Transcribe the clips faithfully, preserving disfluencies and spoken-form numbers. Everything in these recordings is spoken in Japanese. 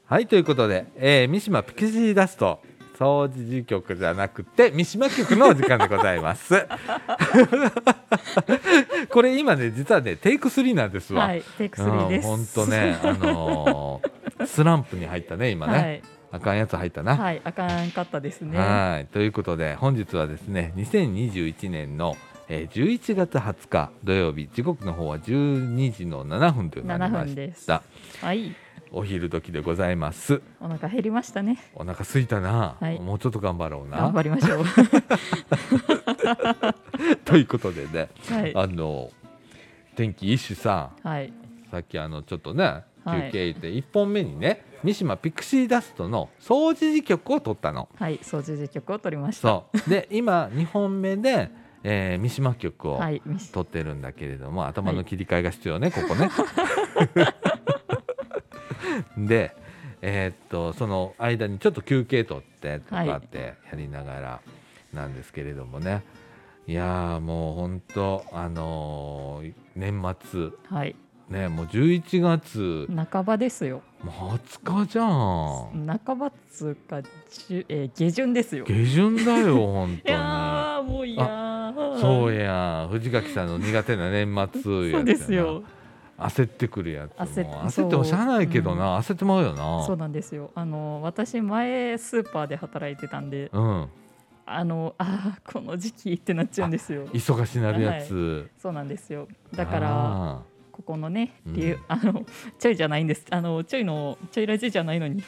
はい、ということで、えー、三島ピクシーダスト掃除局じゃなくて三島局のお時間でございますこれ今ね実はねテイクスリーなんですわ。 はい、テイクスリーです。 ほんとね、あのー、スランプに入ったね今ね、はい、あかんやつ入ったな。 はい、あかんかったですね。 はい、ということで本日はですねにせんにじゅういちねんのえー、じゅういちがつはつか土曜日、時刻の方はじゅうにじのななふんとなりました。 はい、 お昼時でございます。 お腹減りましたね。 お腹空いたな、 はい、 もうちょっと頑張ろうな。 頑張りましょうということでね、 はい、 あの天気一種さ、 はい、 さっきあのちょっとね休憩行っていっぽんめにね三島ピクシーダストの掃除時曲を撮ったの。 はい、掃除時曲を撮りました。 そうで今にほんめでえー、三島曲を撮ってるんだけれども、はい、頭の切り替えが必要ね、はい、ここねで、えー、っとその間にちょっと休憩取ってとかってやりながらなんですけれどもね、はい、いやーもう本当あのー、年末、 はいね、もうじゅういちがつ半ばですよ。 もうはつかじゃん。 半ばっつうか、えー、下旬ですよ。 下旬だよ本当に。 いやもういやそうや藤垣さんの苦手な年末やつやな。 そうですよ。 焦ってくるやつ。 焦も焦ってもしゃあないけどな、うん、焦ってまうよな。 そうなんですよ。あの私前スーパーで働いてたんで、うん、あのあこの時期ってなっちゃうんですよ。 忙しなるやつ、 はい、そうなんですよ。だからここのね、うん、あのちょいじゃないんです。あのちょいのちょいラジじゃないのに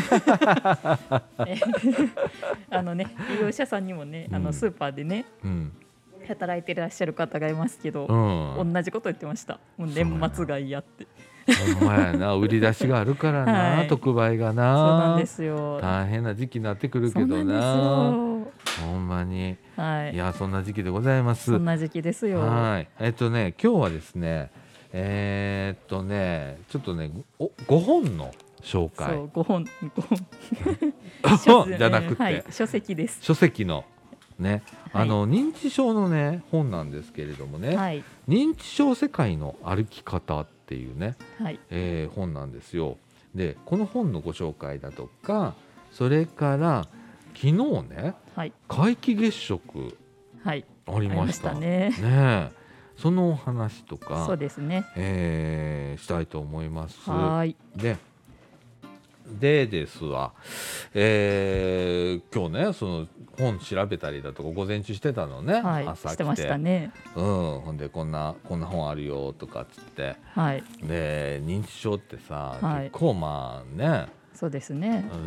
あのね利用者さんにもね、あのスーパーでね、うん、働いていらっしゃる方がいますけど、うん、同じこと言ってました。もう年末が嫌って。 ほんまやな、売り出しがあるからな、はい、特売がな。 そうなんですよ。 大変な時期になってくるけどな。ほんまに、はい、いやそんな時期でございます。 そんな時期ですよ。 はい、えっとね今日はですねえー、っとねちょっとねごほんの紹介。 そうごほんごほんじゃなくて、 はい、書籍です。 書籍のね、あの、はい、認知症のね本なんですけれどもね、はい、認知症世界の歩き方っていうね、はい、えー、本なんですよ。でこの本のご紹介だとか、それから昨日ね、はい、皆既月食ありましたね。ねそのお話とか、 そうですね、 えー、したいと思います。 はいででですわ、えー、今日ねその本調べたりだとか午前中してたのね、 はい、 朝来てしてましたね。 うん、ほんでこんなこんな本あるよとかっつって、 はい、 で認知症ってさ、 はい、 結構まあね、 そうですね、 うん、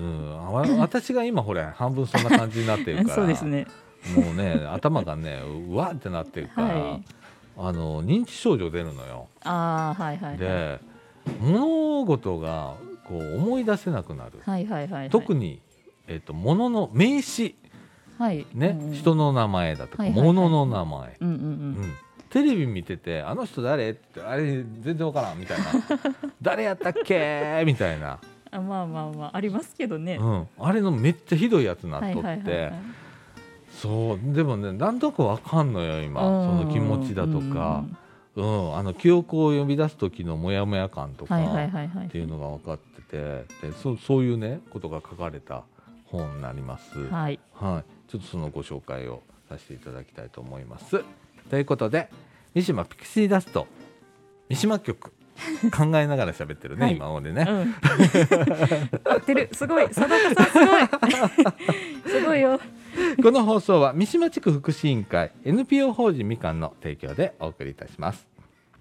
私が今ほら半分そんな感じになってるからそうですね、 もうね頭がねうわってなってるから、はい、あの認知症状出るのよ。 あ、はいはいはい、 で物事がこう思い出せなくなる、 はいはいはいはい、 特に、えーと、物の名詞、 はいね、うんうん、人の名前だとか、はいはいはい、物の名前、うんうんうんうん、テレビ見ててあの人誰ってあれ全然わからんみたいな誰やったっけみたいな、 あまあまあまあありますけどね、 うん、あれのめっちゃひどいやつになっとって、はいはいはいはい、そうでもねなんとかわかんのよ今、その気持ちだとか、うん、あの記憶を呼び出す時のモヤモヤ感とかっていうのが分かってて、で そ, そういうねことが書かれた本になります。はい、はい、ちょっとそのご紹介をさせていただきたいと思います。ということで三島ピクシーダスト三島曲考えながら喋ってるね、はい、今までね、うん、 合ってる、すごい、佐藤さんすごいすごいよ。 この放送は三島地区福祉委員会 エヌピーオー 法人みかんの提供でお送りいたします。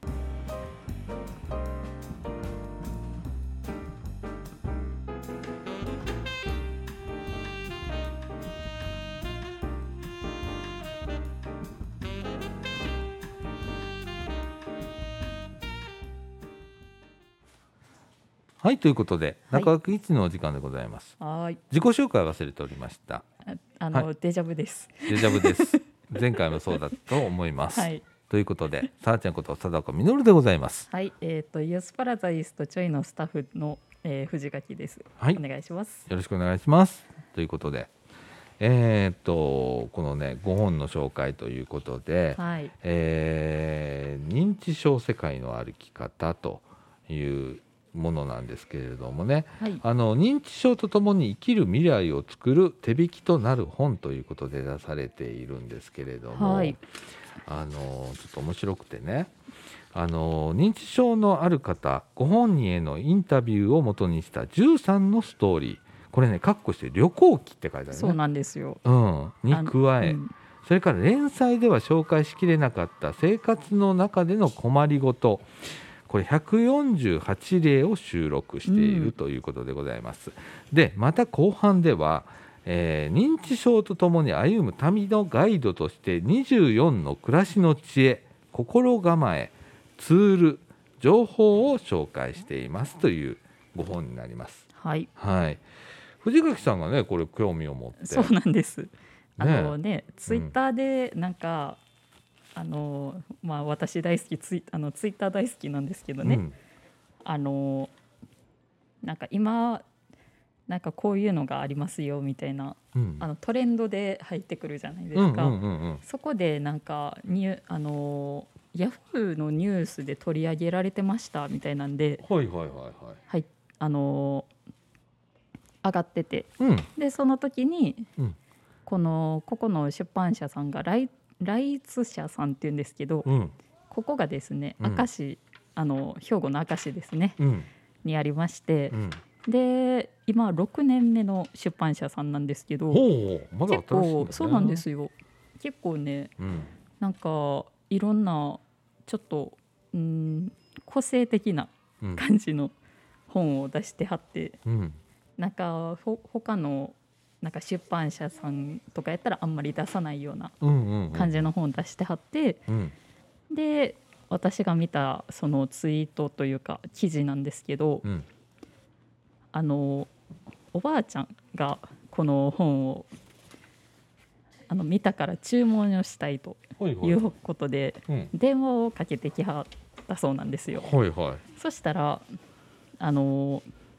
はい、ということで中枠いちのお時間でございます。はい、自己紹介忘れておりました。 ああの、はい、デジャブです。 デジャブです前回もそうだと思います、はい、ということでさあちゃんこと貞子みのるでございます。 はい、えーとユースパラダイスとちょいのスタッフの、えー、藤垣です、はい、お願いします。 よろしくお願いします。ということでえー、とこのねごほんの紹介ということで、はいえー、認知症世界の歩き方というものなんですけれどもね、 はい、 あの認知症とともに生きる未来を作る手引きとなる本ということで出されているんですけれども、 はい、 あのちょっと面白くてね、あの認知症のある方ご本人へのインタビューを元にしたじゅうさんのストーリー、これねカッコして旅行記って書いてあるね。 そうなんですよ、 うん、に加え、うん、それから連載では紹介しきれなかった生活の中での困りごと、これひゃくよんじゅうはちれいを収録しているということでございます、うん、でまた後半では、えー、認知症とともに歩む旅のガイドとしてにじゅうよんの暮らしの知恵、心構え、ツール、情報を紹介していますというご本になります。 はい、 はい、藤垣さんがねこれ興味を持って。 そうなんです。あのね、ね、ツイッターでなんか、うん、あのまあ私大好きツイあのツイッター大好きなんですけどね、うん、あのなんか今なんかこういうのがありますよみたいな、うん、あのトレンドで入ってくるじゃないですか、うんうんうんうん、そこでなんかにあのヤフーのニュースで取り上げられてましたみたいなんで、 はいはいはいはい、 はい、あの上がってて、 うん、 でその時に、 うん、 このここの出版社さんがライライツ社さんっていうんですけど、うん、ここがですね、明石、あの兵庫の明石ですね、うん、にありまして、うん、で今ろくねんめの出版社さんなんですけど、 まだ新しいんですね。結構そうなんですよ。結構ね、うん、なんかいろんなちょっと、うん、個性的な感じの本を出してはって、うん、なんかほ他のなんか出版社さんとかやったらあんまり出さないような感じの本を出してはって、うんうんうん、で私が見たそのツイートというか記事なんですけど、うん、あのおばあちゃんがこの本をあの見たから注文をしたいということで、はいはい、うん、電話をかけてきはったそうなんですよ。 はいはい、 そしたらあの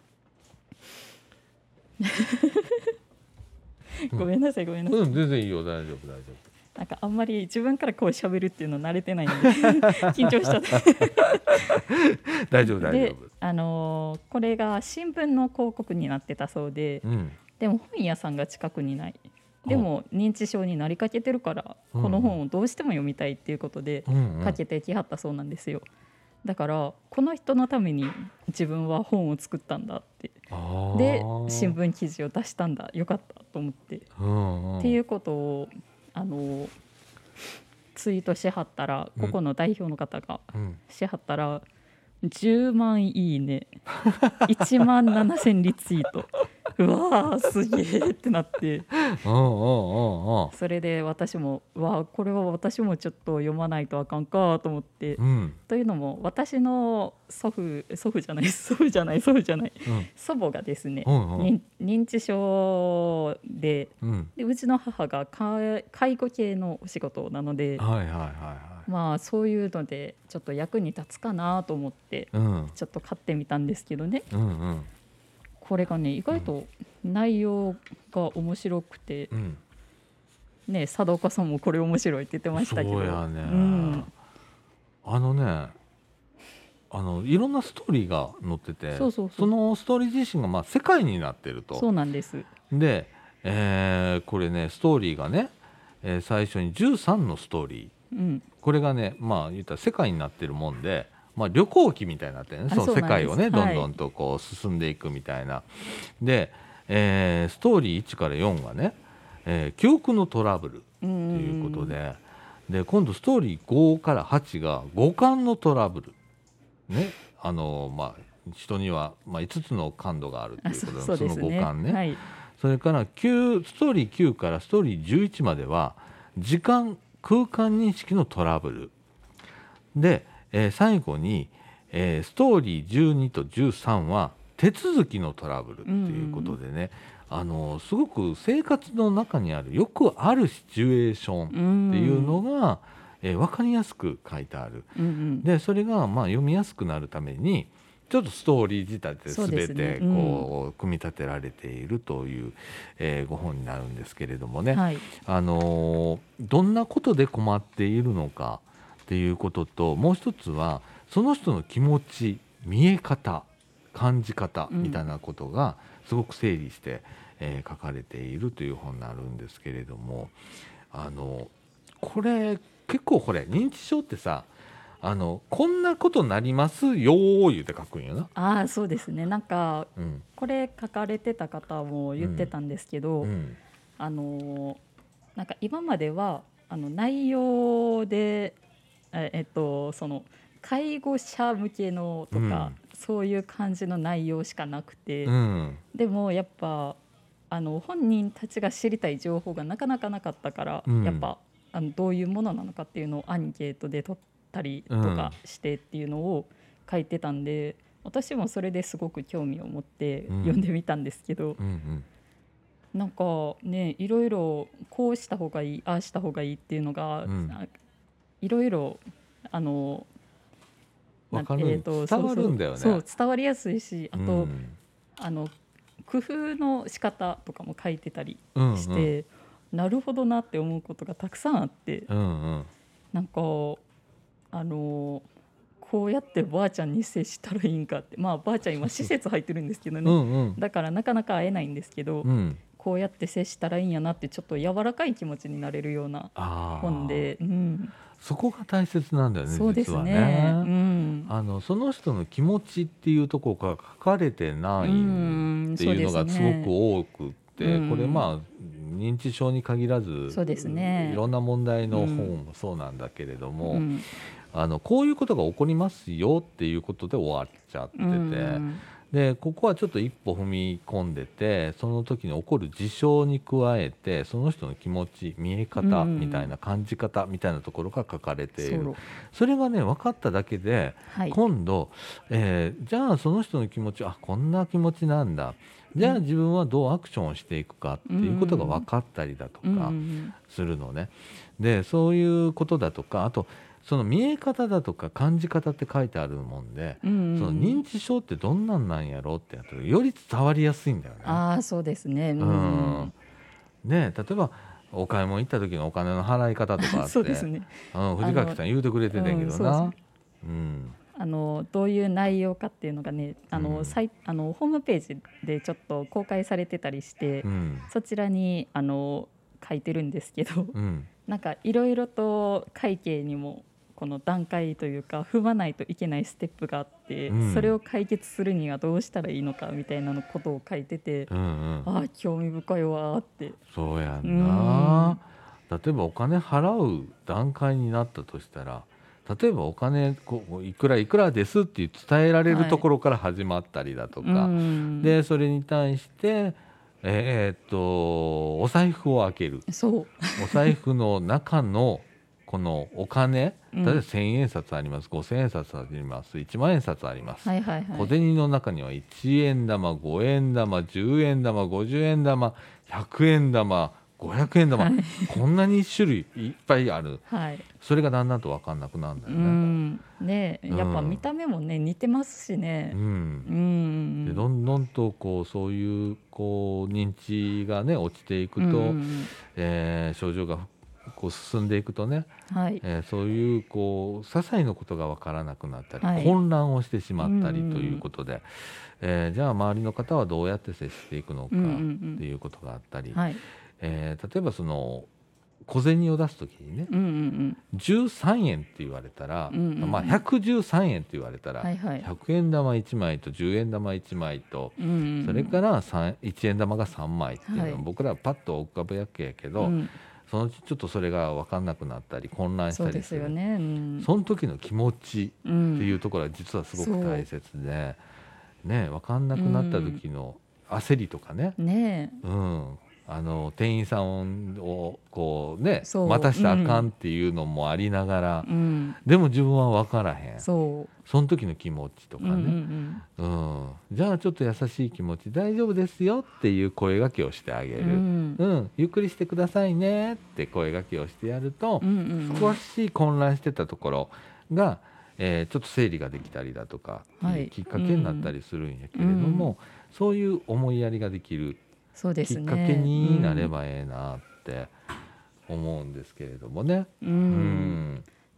ごめんなさいごめんなさい、 うん、全然いいよ、大丈夫大丈夫。 なんかあんまり自分からこう喋るっていうの慣れてないんで緊張しちゃって大丈夫大丈夫。 あのー、これが新聞の広告になってたそうで、うん、でも本屋さんが近くにない、でも認知症になりかけてるから、うん、この本をどうしても読みたいっていうことでかけてきはったそうなんですよ。だからこの人のために自分は本を作ったんだって、で新聞記事を出したんだ、よかったと思って、うんうん、っていうことをあのツイートしはったら、ここの代表の方がしはったら、うん、じゅうまんいいねいちまんななせんリツイートうわーすげーってなっておうおうおうおう、それで私もうわこれは私もちょっと読まないとあかんかと思って、うん、というのも私の祖父祖父じゃない祖父じゃない祖父じゃない、うん、祖母がですね、うんうん、認知症 で,、うん、でうちの母が介護系のお仕事なので、はいはいはいはい、まあそういうのでちょっと役に立つかなと思って、うん、ちょっと買ってみたんですけどね、うんうん、これがね意外と内容が面白くて、うん、ね、佐藤さんもこれ面白いって言ってましたけど、 そうやね、うん、あのねあのいろんなストーリーが載ってて、そうそうそう、そのストーリー自身がまあ世界になってると。 そうなんです。 で、えー、これねストーリーがね、えー、最初にじゅうさんのストーリー、うん、これがねまあ言ったら世界になってるもんで、まあ、旅行記みたいになってるね、その世界をねどんどんとこう進んでいくみたいな、はい、で、えー、ストーリーいちからよんがね、えー、記憶のトラブルということで、で今度ストーリーごからはちが五感のトラブルね、あのまあ、人には、まあ、いつつの感度があるということで、 そ, その五感ね、はい、それからきゅうストーリーきゅうからストーリーじゅういちまでは時間空間認識のトラブルで、えー、最後に、えー、ストーリーじゅうにとじゅうさんは手続きのトラブルということでね、うん、あのすごく生活の中にあるよくあるシチュエーションっていうのが、うんえー、分かりやすく書いてある、うんうん、でそれがまあ読みやすくなるためにちょっとストーリー仕立て全てこう組み立てられているという、えー、ご本になるんですけれどもね、はい、あのー、どんなことで困っているのかっていうことと、もう一つはその人の気持ち見え方感じ方みたいなことがすごく整理して、えー、書かれているという本になるんですけれども、あのこれ結構これ認知症ってさ、あのこんなことになりますよー言うて書くんよな。 あ、そうですね。なんか、うん、これ書かれてた方も言ってたんですけど、うんうん、あのなんか今まではあの内容でえ、えっと、その介護者向けのとか、うん、そういう感じの内容しかなくて、うん、でもやっぱあの本人たちが知りたい情報がなかなかなかったから、うん、やっぱあのどういうものなのかっていうのをアンケートで取ったりとかしてっていうのを書いてたんで、うん、私もそれですごく興味を持って読んでみたんですけど、うんうんうん、なんかね、いろいろこうした方がいい、ああした方がいいっていうのが、うん、いろいろあのわかる、えー、と伝わるんだよね。 そうそう、そう伝わりやすいし、あと、うん、あの工夫の仕方とかも書いてたりして、うんうん、なるほどなって思うことがたくさんあって、うんうん、なんかあのこうやってばあちゃんに接したらいいんかって、まあばあちゃん今施設入ってるんですけどね、うんうん、だからなかなか会えないんですけど、うん、こうやって接したらいいんやなってちょっと柔らかい気持ちになれるような本で、うん、 そこが大切なんだよね。 そうですね、実はね、うん、 あのその人の気持ちっていうところが書かれてないっていうのがすごく多くって、うん、これまあ認知症に限らず、そうですね、いろんな問題の本もそうなんだけれども、うん、あのこういうことが起こりますよっていうことで終わっちゃってて、うん、でここはちょっと一歩踏み込んでて、その時に起こる事象に加えてその人の気持ち、見え方みたいな、感じ方みたいなところが書かれている、うん、それがね分かっただけで、はい、今度、えー、じゃあその人の気持ち、あこんな気持ちなんだ、じゃあ自分はどうアクションをしていくかっていうことが分かったりだとかするのね。でそういうことだとか、あとその見え方だとか感じ方って書いてあるもんで、うんうん、その認知症ってどんなんなんやろうってやるとより伝わりやすいんだよね。 あ、そうですね、うんうんね、例えばお買い物行った時のお金の払い方とかあってそうですね、うん、藤垣さん言うてくれてたけどな、 うん、あのどういう内容かっていうのがね、あの、うん、サイあのホームページでちょっと公開されてたりして、うん、そちらにあの書いてるんですけど、うん、なんかいろいろと背景にもこの段階というか踏まないといけないステップがあって、うん、それを解決するにはどうしたらいいのかみたいなのことを書いてて、うんうん、ああ興味深いわって。 そうやんな、うん、例えばお金払う段階になったとしたら、例えばお金こういくらいくらですって伝えられるところから始まったりだとか、はい、でそれに対してえー、っとお財布を開ける、そうお財布の中のこのお金、例えばせんえん札あります、ごせんえん札あります、いちまんえん札あります、はいはいはい、小銭の中にはいちえん玉、ごえん玉、じゅうえん玉、ごじゅうえん玉、ひゃくえん玉、ごひゃくえん玉、はい、こんなに種類いっぱいある、はい、それがだんだんと分かんなくなるんだよね。うんね、やっぱ見た目もね、うん、似てますしね、うんうん、 でどんどんとこうそういうこう認知がね落ちていくと、うんえー、症状がこう進んでいくとね、はいえー、そういうこう些細なことが分からなくなったり、はい、混乱をしてしまったりということで、えー、じゃあ周りの方はどうやって接していくのかっていうことがあったり、うんうんうんはいえー、例えばその小銭を出すときにね、うんうんうん、じゅうさんえんって言われたら、うんうんうんまあ、ひゃくじゅうさんえんって言われたら、はいはい、ひゃくえん玉いちまいとじゅうえん玉いちまいと、うんうんうん、それからいちえん玉がさんまいっていうのは、はい、僕らはパッと浮かぶわけやけど、うんそのうちちょっとそれが分かんなくなったり混乱したりする、そうですよね、うん、その時の気持ちっていうところは実はすごく大切で、うん、ね、分かんなくなった時の焦りとかね、うんねうんあの店員さんをこうね待たしたらあかんっていうのもありながら、うん、でも自分は分からへん、そうその時の気持ちとかね、うんうんうん、じゃあちょっと優しい気持ち大丈夫ですよっていう声掛けをしてあげる、うんうん、ゆっくりしてくださいねって声掛けをしてやると、うんうんうん、少し混乱してたところが、えー、ちょっと整理ができたりだとか、はい、きっかけになったりするんやけれども、うん、そういう思いやりができるそうですね、きっかけになればええなって思うんですけれどもね。うん、うん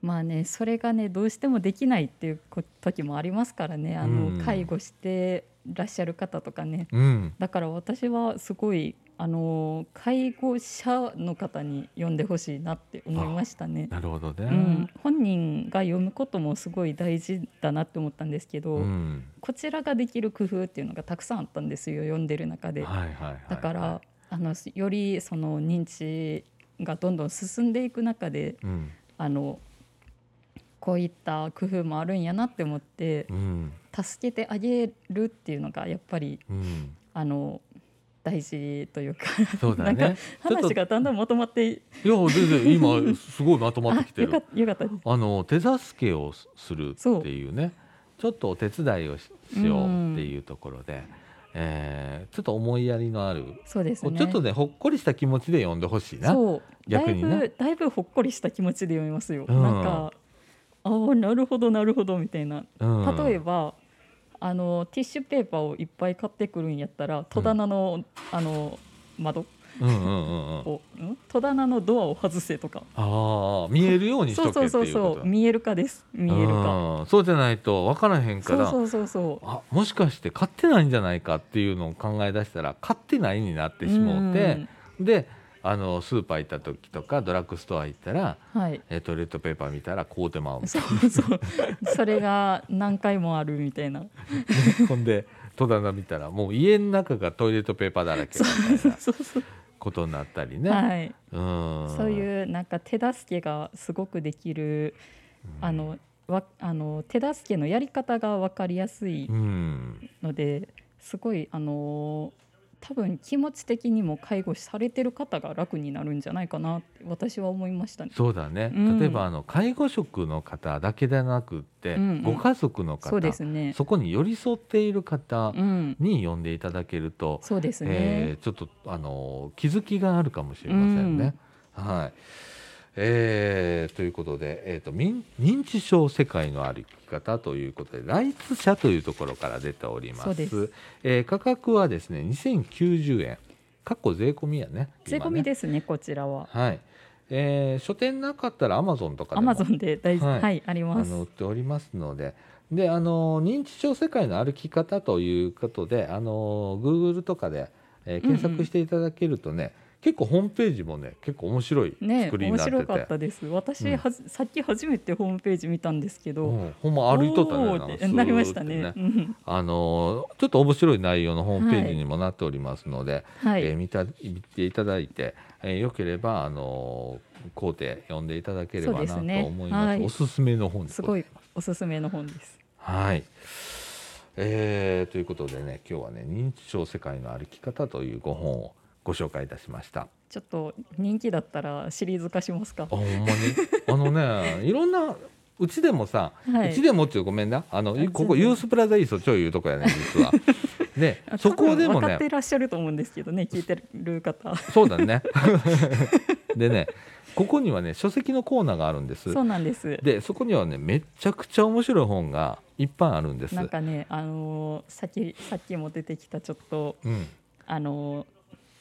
まあね、それがねどうしてもできないっていう時もありますからね、あの、うん、介護してらっしゃる方とかね、うん、だから私はすごいあの介護者の方に読んでほしいなって思いましたね。 なるほどね、 うん、本人が読むこともすごい大事だなって思ったんですけど、うん、こちらができる工夫っていうのがたくさんあったんですよ、読んでる中で、はいはいはいはい、だからあのよりその認知がどんどん進んでいく中で、うん、あのこういった工夫もあるんやなって思って、うん、助けてあげるっていうのがやっぱり、うん、あの大事というか、そうだね、なんか話がだんだんまとまって、いや全然今すごいまとまってきてるよか、よかったです。 あの手助けをするっていうね、ちょっとお手伝いを し, しようっていうところで、うん、えー、ちょっと思いやりのある、 そうですね、 ちょっとねほっこりした気持ちで読んでほしいな。 そう逆に、ね、だいぶだいぶほっこりした気持ちで読みますよ、うん、なんかああなるほどなるほどみたいな、うん、例えばあのティッシュペーパーをいっぱい買ってくるんやったら戸棚の、うん、あの窓、うんうんうんうん、戸棚のドアを外せとか、 あ見えるようにしとけっていうこと。そうそうそうそう見えるかです、見えるか、 そうじゃないと分からへんから、 そうそうそうそう、 あもしかして買ってないんじゃないかっていうのを考え出したら買ってないになってしもうて、うん、であのスーパー行った時とかドラッグストア行ったら、はい、えトイレットペーパー見たら買うてまうみたいな、 そうそうそれが何回もあるみたいなほんで戸棚見たらもう家の中がトイレットペーパーだらけみたいなことになったりね、はい、 うんそういうなんか手助けがすごくできる、うん、あのわあの手助けのやり方が分かりやすいので、うん、すごいあの多分気持ち的にも介護されてる方が楽になるんじゃないかなって私は思いましたね。 そうだね、うん、例えばあの介護職の方だけでなくって、うんうん、ご家族の方、そうですね、そこに寄り添っている方に読んでいただけると、うん、そうですね、えー、ちょっとあの気づきがあるかもしれませんね、うん、はい、えー、ということで、えーと、認知症世界の歩き方ということでライツ社というところから出ております。そうです、えー、価格はですねにせんきゅうじゅうえん、かっこ税込みやね、 税込みですねこちらは。 はい、えー、書店なかったらアマゾンとかでもアマゾンで大、はいはい、あります。 あの売っておりますので、であの認知症世界の歩き方ということであの Google とかで、えー、検索していただけるとね、うんうん、結構ホームページもね結構面白い作りになってて、ね、面白かったです。私、うん、はさっき初めてホームページ見たんですけど、うん、 ほんま歩いとったねってなりましたね、うん、 あのちょっと面白い内容のホームページにもなっておりますので、はい、えー、見た見ていただいて、えー、よければあの買うて読んでいただければなと思います。はい、おすすめの本です。 すごいおすすめの本です。 はい、えー、ということでね今日はね認知症世界の歩き方というご本をご紹介いたしました。 ちょっと人気だったらシリーズ化しますか。 あ、ほんまにあのねいろんなうちでもさ、はい、うちでもっていうごめんなあのここユースプラザイーストちょいいうとこやね実はでそこでもね分かってらっしゃると思うんですけどね聞いてる方そうだねでねここにはね書籍のコーナーがあるんです。 そうなんです。 でそこにはねめちゃくちゃ面白い本がいっぱいあるんです。 なんかねあのー、さっきさっきも出てきたちょっと、うん、あのー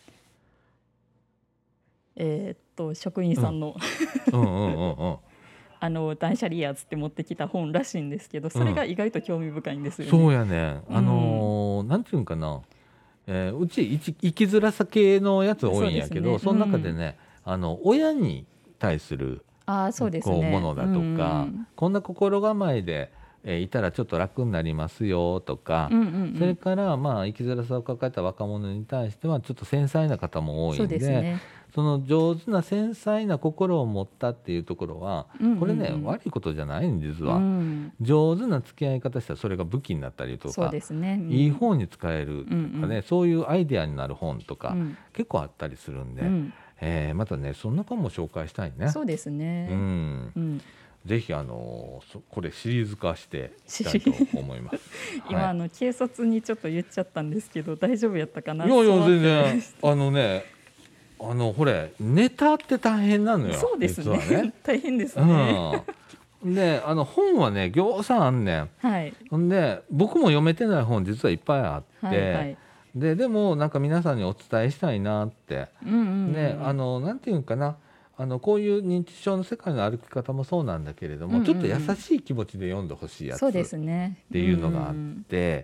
えー、っと職員さんのあの断捨離やつって持ってきた本らしいんですけど、それが意外と興味深いんですよね。 そうやね、あのーうん、なんていうんかな、えー、うち生きづらさ系のやつ多いんやけど そ,、ね、その中でね、うん、あの親に対するあそうです、ね、 こうものだとか、うん、こんな心構えでえー、いたらちょっと楽になりますよとか、うんうんうん、それからまあ生きづらさを抱えた若者に対してはちょっと繊細な方も多いん で, そ, で、ね、その上手な繊細な心を持ったっていうところは、うんうんうん、これね悪いことじゃないん実は、うん、上手な付き合い方したらそれが武器になったりとかそうです、ねうん、いい方に使えるとかね、うんうん、そういうアイデアになる本とか、うん、結構あったりするんで、うんえー、またねそんな本も紹介したいね。 そうですね、うんうんぜひあのこれシリーズ化していきたいと思います今、はい、あの警察にちょっと言っちゃったんですけど大丈夫やったかな。 いやいや全然あのねあのほれネタって大変なのよ。 そうです ね, ね大変ですね、 うん、であの本はねぎょうさんあんねん、はい、ほんで僕も読めてない本実はいっぱいあって、はいはい、で, でもなんか皆さんにお伝えしたいなって、うんうんうん、であのなんていうかなあのこういう認知症の世界の歩き方もそうなんだけれども、うんうんうん、ちょっと優しい気持ちで読んでほしいやつっていうのがあって、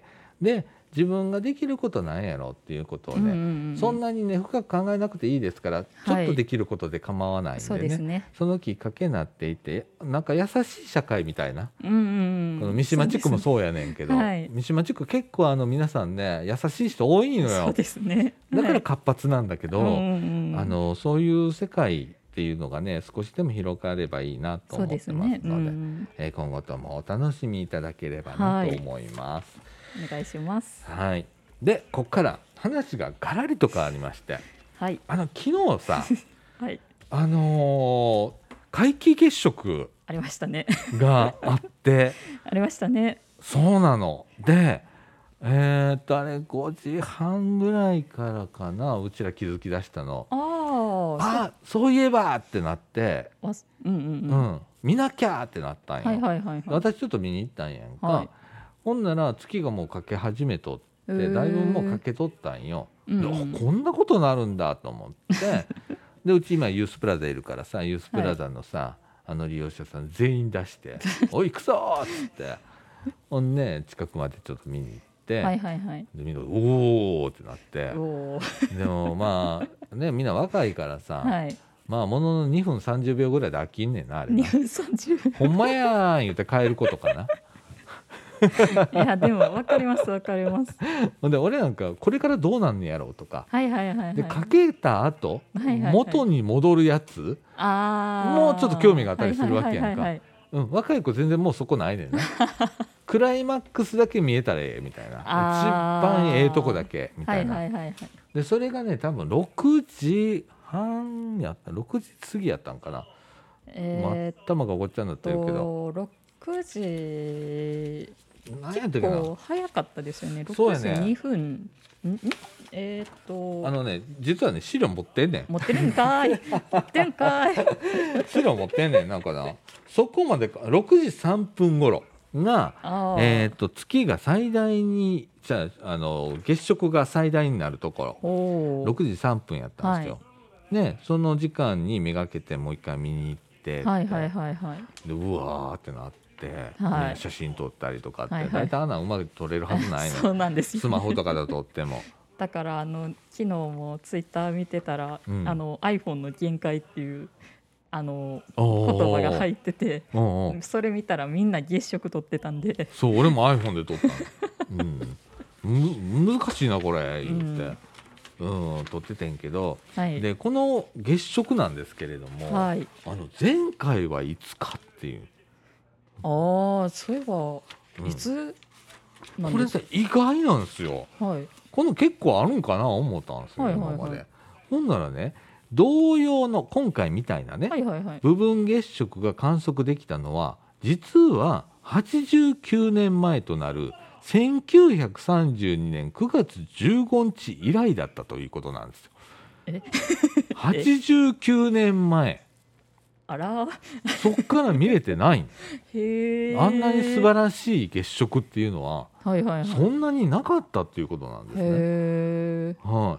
で自分ができることなんやろっていうことをね、うんうんうん、そんなにね深く考えなくていいですから、はい、ちょっとできることで構わないんで ね,、そうですね、そのきっかけになっていて、なんか優しい社会みたいな、うんうんうん、この三島地区もそうやねんけど、はい、三島地区結構あの皆さんね優しい人多いのよ。 そうですね、 だから活発なんだけど、はい、あのそういう世界っていうのがね少しでも広がればいいなと思ってますの で, で、ねうん、えー、今後ともお楽しみいただければなと思います、 はい、お願いします。 はい、でここから話がガラリと変わりまして、はい、あの昨日さ、はい、あのー、皆既月食ありましたねがあってありましたね。 そうなので、えー、っとあれごじはんぐらいからかな、うちら気づき出したの。ああそういえばってなって、うんうんうんうん、見なきゃってなったんよ、はいはいはいはい、私ちょっと見に行ったんやんか、はい、ほんなら月がもうかけ始めとってだいぶもうかけとったんよ、うんうん、こんなことなるんだと思ってでうち今ユースプラザいるからさ、ユースプラザのさ、はい、あの利用者さん全員出しておい行くぞっつってほんね近くまでちょっと見に行って、はいはいはい、でみんなおーってなってでもまあねみんな若いからさ、はい、まあもののにふんさんじゅうびょうぐらいで飽きんねんなあれな。にふんさんじゅうびょうほんまやん言って帰ることかな。 いやでも分かります分かります。 で俺なんかこれからどうなんねやろうとか、 はいはいはいはい、 でかけた後、はいはいはい、元に戻るやつあもうちょっと興味があったりするわけやんか、うん、若い子全然もうそこないねんなクライマックスだけ見えたらええみたいな、一番ええとこだけみたいな、はいはいはいはい、でそれがね多分ろくじはんやったろくじ過ぎやったんかな、えー、頭がごっちゃになってるけどろくじ何やったっけな、 結構早かったですよね。ろくじにふん、ね、んえー、っとあのね実はね資料持ってんねん持ってるんかい持ってんかい資料持ってんねんなんかなそこまでろくじさんぷん頃が、えー、と月が最大にじゃあ、あの月食が最大になるところろくじさんぷんやったんですよ、はい、ね、その時間にめがけてもう一回見に行って、はいはいはいはい、でうわーってなって、はいね、写真撮ったりとかって、はいはい、だいたいあんなうまく撮れるはずないのそうなんですよ、ね、 スマホとかで撮ってもだからあの昨日もツイッター見てたら、うん、あの iPhone の限界っていうあの言葉が入ってて、おうおうそれ見たらみんな月食撮ってたんで、 そう俺も iPhone で撮ったの、うん、む難しいなこれ言って、うんうん、撮っててんけど、はい、でこの月食なんですけれども、はい、あの前回はいつかっていう、 ああそういえばいつなんですか、これ意外なんですよ、はい、この結構あるんかな思ったんですよ、はいはいはい、今まで。ほんならね同様の今回みたいなね、はいはいはい、部分月食が観測できたのは実ははちじゅうきゅうねんまえとなるせんきゅうひゃくさんじゅうにねんくがつじゅうごにち以来だったということなんですよ。えはちじゅうきゅうねんまえあらそっから見れてないへあんなに素晴らしい月食っていうのは、はいはいはい、そんなになかったっていうことなんですね。へ、はい、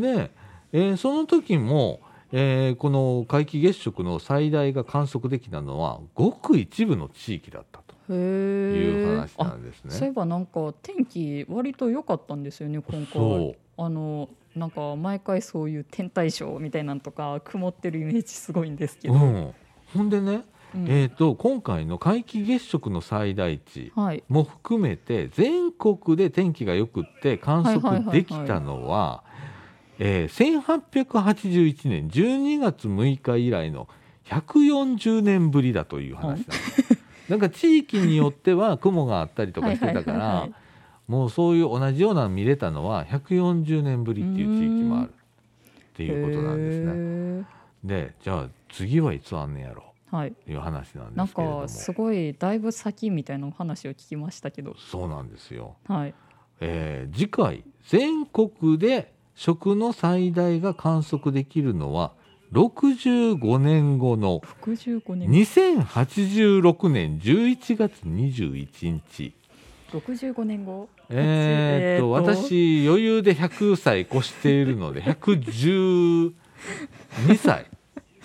でえー、その時も、えー、この皆既月食の最大が観測できたのはごく一部の地域だったという話なんですね。 そういえばなんか天気割と良かったんですよね今回。あのなんか毎回そういう天体ショーみたいなんとか曇ってるイメージすごいんですけど、うん、 ほんでね、うんえー、と今回の皆既月食の最大値も含めて全国で天気が良くって観測できたのはえー、せんはっぴゃくはちじゅういちねんじゅうにがつむいか以来のひゃくよんじゅうねんぶりだという話なんです、はい、なんか地域によっては雲があったりとかしてたから、はいはいはいはい、もうそういう同じようなの見れたのはひゃくよんじゅうねんぶりっていう地域もあるっていうことなんですね。でじゃあ次はいつあんねやろう、はい、いう話なんですけれども、 なんかすごいだいぶ先みたいな話を聞きましたけど、 そうなんですよ、 はいえー、次回全国で食の最大が観測できるのはろくじゅうごねんごのにせんはちじゅうろくねんじゅういちがつにじゅういちにちろくじゅうごねんごえー、っと私余裕でひゃくさい越しているのでひゃくじゅうにさい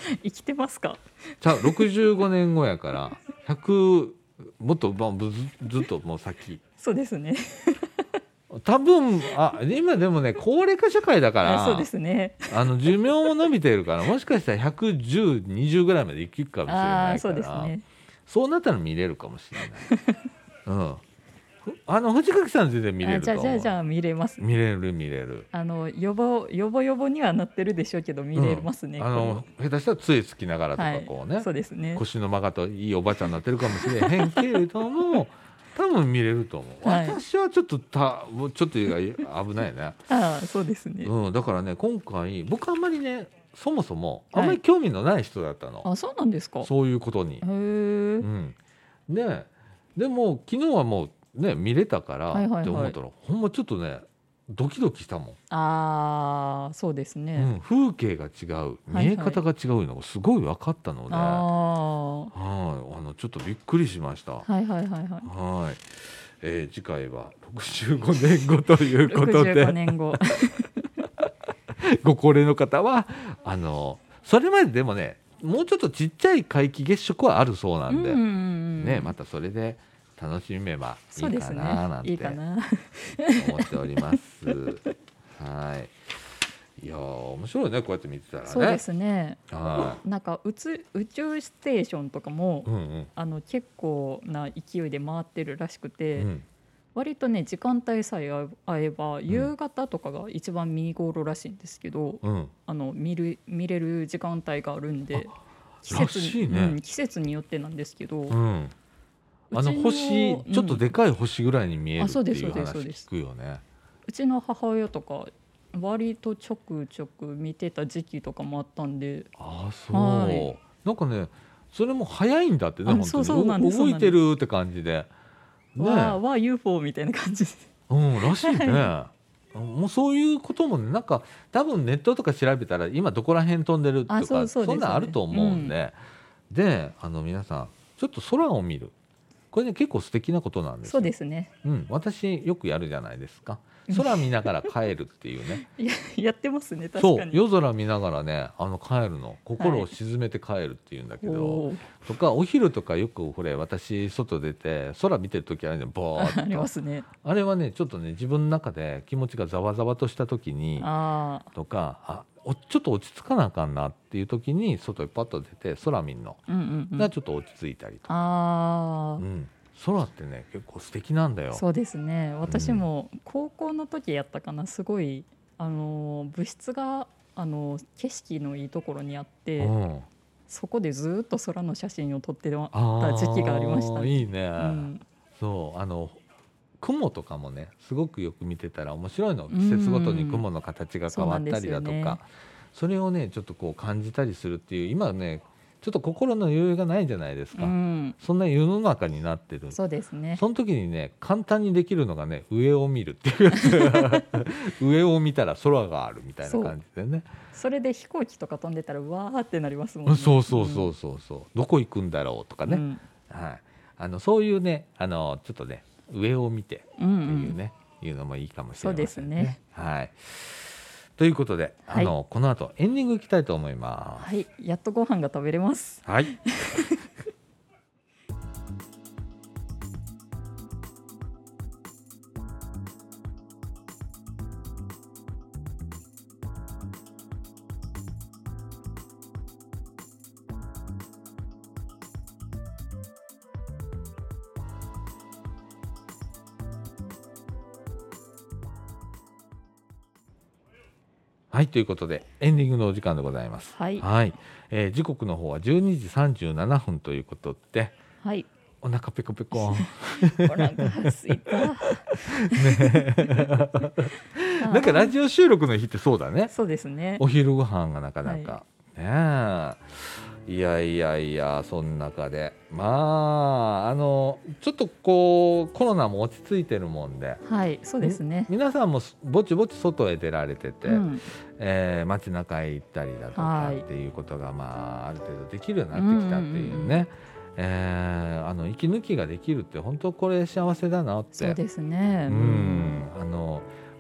生きてますか。 じゃあろくじゅうごねんごやからひゃくもっと、まあ、ず, ずっともう先。 そうですね。 多分あ今でもね高齢化社会だからそうですね。 あの寿命も伸びてるからもしかしたらひゃくじゅう、にじゅうぐらいまで生きるかもしれないから、 そうですね、 そうなったら見れるかもしれない。うん、あの藤垣さん全然見れると思う。 じゃあじゃあじゃあ見れます。 見れる見れる。 あの予防予防予防にはなってるでしょうけど見れますね。 うん、あの下手したら杖つきながらとかこうね、 はい、そうですね。 腰の曲がといいおばちゃんになってるかもしれへんけれども多分見れると思う、はい、私はちょっとたもうちょっと危ないね。 ああそうですね、 うん、だからね今回僕あんまりねそもそもあんまり興味のない人だったの、 はい、あそうなんですか。 そういうことに。へえ、うん、ででも昨日はもうね見れたから、はいはいはい、って思ったらほんまちょっとねドキドキしたもん。 ああそうですね、 うん、風景が違う見え方が違うのがすごい分かったので、はいはい、あのちょっとびっくりしました。はいはいはいはい、はい、えー、次回はろくじゅうごねんごということでろくじゅうごねんごご高齢の方はあのそれまででもねもうちょっとちっちゃい皆既月食はあるそうなんで、うんうんうん、ね、またそれで楽しめばいいかななんて思っております。はい、いや面白いねこうやって見てたらね。 そうですね。なんか宇宙、宇宙ステーションとかも、うんうん、あの結構な勢いで回ってるらしくて、うん、割とね時間帯さえ合えば夕方とかが一番見頃らしいんですけど、うん、あの見る見れる時間帯があるんで、季節、ね、うん、季節によってなんですけど、うん、 あの星ちょっとでかい星ぐらいに見えるっていう話聞くよね。 うちの母親とか割とちょくちょく見てた時期とかもあったんで。 あそう、はい、なんかねそれも早いんだってね。本当にそうそうなんです。動いてるって感じで、 ね、わーわー ユーフォー みたいな感じです。 うんらしいね。もうそういうこともねなんか多分ネットとか調べたら今どこら辺飛んでるとか そ, そ, そんなんあると思うんで、うん、であの皆さんちょっと空を見るこれね結構素敵なことなんですよ。 そうですね、 うん、私よくやるじゃないですか。空見ながら帰るっていうねや, やってますね。確かにそう夜空見ながらねあの帰るの心を沈めて帰るっていうんだけど、はい、とかお昼とかよくこれ私外出て空見てる時あるねボーっとありますね。 あれはねちょっとね自分の中で気持ちがざわざわとした時にあとかあおちょっと落ち着かなあかんなっていう時に外にパッと出て空見るの、うんうんうん、がちょっと落ち着いたりとか。あ、うん、空ってね結構素敵なんだよ。 そうですね。私も高校の時やったかな、すごいあの部室があの景色のいいところにあって、うん、そこでずっと空の写真を撮ってた時期がありましたね。 いいね、うん、そうあの雲とかもねすごくよく見てたら面白いの。季節ごとに雲の形が変わったりだとか、 そ, ね、それをねちょっとこう感じたりするっていう今ねちょっと心の余裕がないじゃないですか、うん、そんな世の中になってる。 そうですね。 その時にね簡単にできるのがね上を見るっていうやつ上を見たら空があるみたいな感じでね。 そ, それで飛行機とか飛んでたらわーってなりますもんね。 そうそうそうそうそう、うん、どこ行くんだろうとかね、うん、はい、あのそういうねあのちょっとね上を見てっていうね、うんうん、いうのもいいかもしれませんね。そうですね、はい、ということで、あの、はい、この後エンディングいきたいと思います。 はい、やっとご飯が食べれます。 はいはい、ということでエンディングのお時間でございます。 はい、 はい、えー、時刻の方はじゅうにじさんじゅうななふんということで、 はい、 お腹ペコペコお腹がすいたねなんかラジオ収録の日ってそうだね。 そうですね。 お昼ご飯がなかなか、はい、ね、いやいやいやその中でまああのちょっとこうコロナも落ち着いてるもんで、 はい、そうですね。 皆さんもぼちぼち外へ出られてて、うん、えー、街中へ行ったりだとかっていうことが、まあ、ある程度できるようになってきたっていうね、うんうんうん、えー、あの息抜きができるって本当これ幸せだなって。 そうですね、 うん、あの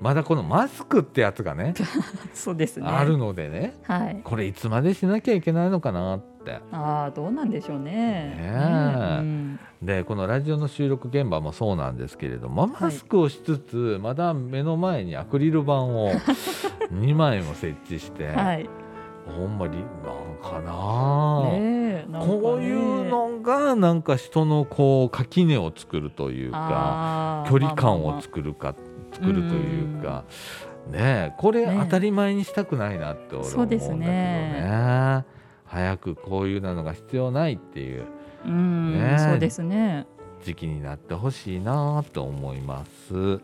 まだこのマスクってやつがねそうですね、 あるのでね、 はい、 これいつまでしなきゃいけないのかなって。 あどうなんでしょうね。 ね、うん、でこのラジオの収録現場もそうなんですけれども、マスクをしつつ、はい、まだ目の前にアクリル板をにまいも設置して、はい、ほんまになんかな、ね、なんかね、こういうのがなんか人のこう垣根を作るというか距離感を作るか、まあまあまあ、作るというか、ね、これ当たり前にしたくないなって俺思うんだけど ね, ね早くこういうのが必要ないっていう、 うん、ね、そうですね、 時期になってほしいなと思います、うん、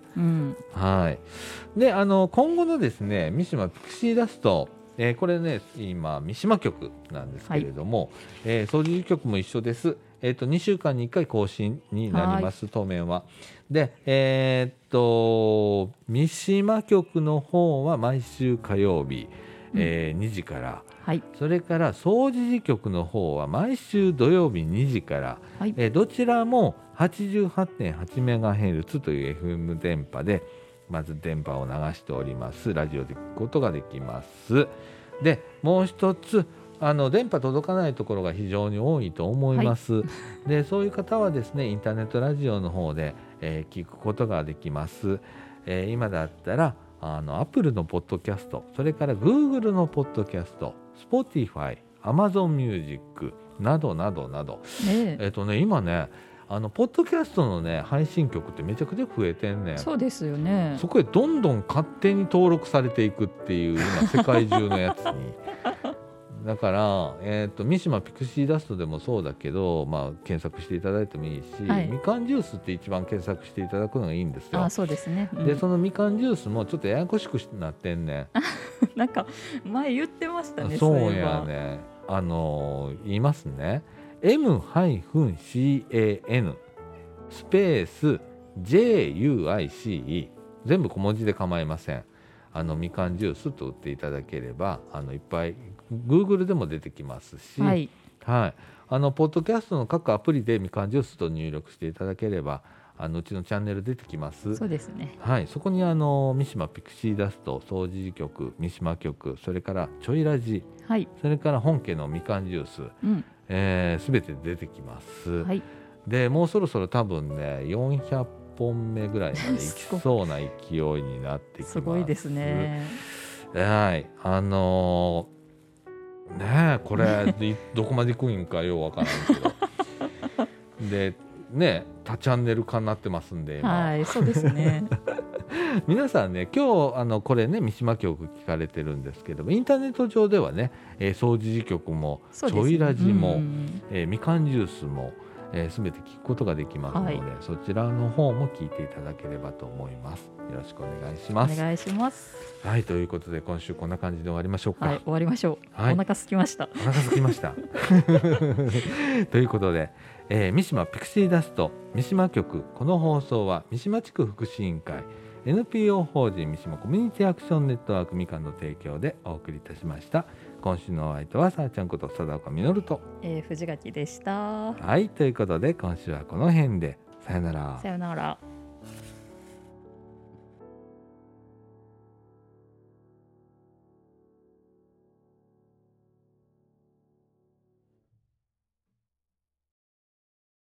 はい。であの今後のですね三島ピクシーダスト、えー、これね今三島局なんですけれども、はい、えー、掃除局も一緒です。えー、とにしゅうかんにいっかい更新になります、当面は。で、えー、っと三島局の方は毎週火曜日、えー、にじから、はい、それから総除寺局の方は毎週土曜日にじから、はい、えー、どちらも はちじゅうはちてんはちメガヘルツ という エフエム 電波でまず電波を流しております。ラジオで聞くことができます。でもう一つあの電波届かないところが非常に多いと思います、はい、でそういう方はですねインターネットラジオの方で、えー、聞くことができます、えー、今だったらあの Apple のポッドキャスト、それから Google のポッドキャスト、 Spotify、Amazon Music などなどなど、ねえーとね、今ねあのポッドキャストのね配信局ってめちゃくちゃ増えてんねん。 そうですよね。 そこへどんどん勝手に登録されていくっていう今世界中のやつにだから、えー、と三島ピクシーダストでもそうだけど、まあ、検索していただいてもいいし、はい、みかんジュースって一番検索していただくのがいいんですよ。 あ、そうですね、うん、 でそのみかんジュースもちょっとややこしくなってんねなんか前言ってましたね。 そうやね、あのー、言いますね。 エム シー エー エヌ スペース ジェイ ユー アイ シー イー 全部小文字で構いません。あのみかんジュースと打っていただければあのいっぱい Google でも出てきますし、はいはい、あのポッドキャストの各アプリでみかんジュースと入力していただければあのうちのチャンネル出てきます。 そうですね、 はい、そこにあの三島ピクシーダスト、掃除局、三島局、それからちょいラジ、はい、それから本家のみかんジュース、うん、えー、全て出てきます、はい、でもうそろそろ多分ねよんひゃっぽんめぐらいまでいきそうな勢いになってきます。 すごいですね。 はい、あのー、ねえこれどこまで行くんかようわからんけどでね多チャンネル化になってますんで今、 はい、そうですね皆さんね今日あのこれね三島局聞かれてるんですけどもインターネット上ではね、えー、掃除時局も、ね、ちょいラジも、うん、えー、みかんジュースもえー、全て聞くことができますので、はい、そちらの方も聞いていただければと思います。よろしくお願いします。 お願いします。 はい、ということで今週こんな感じで終わりましょうか。 はい、終わりましょう、はい、お腹空きました。 お腹空きましたということで、えー、三島ピクシーダスト三島局、この放送は三島地区福祉委員会 エヌピーオー 法人三島コミュニティアクションネットワークみかんの提供でお送りいたしました。今週のお相手はさあちゃんこと貞岡実と、 えー、藤垣でした。 はい、ということで今週はこの辺でさよなら。 さよなら。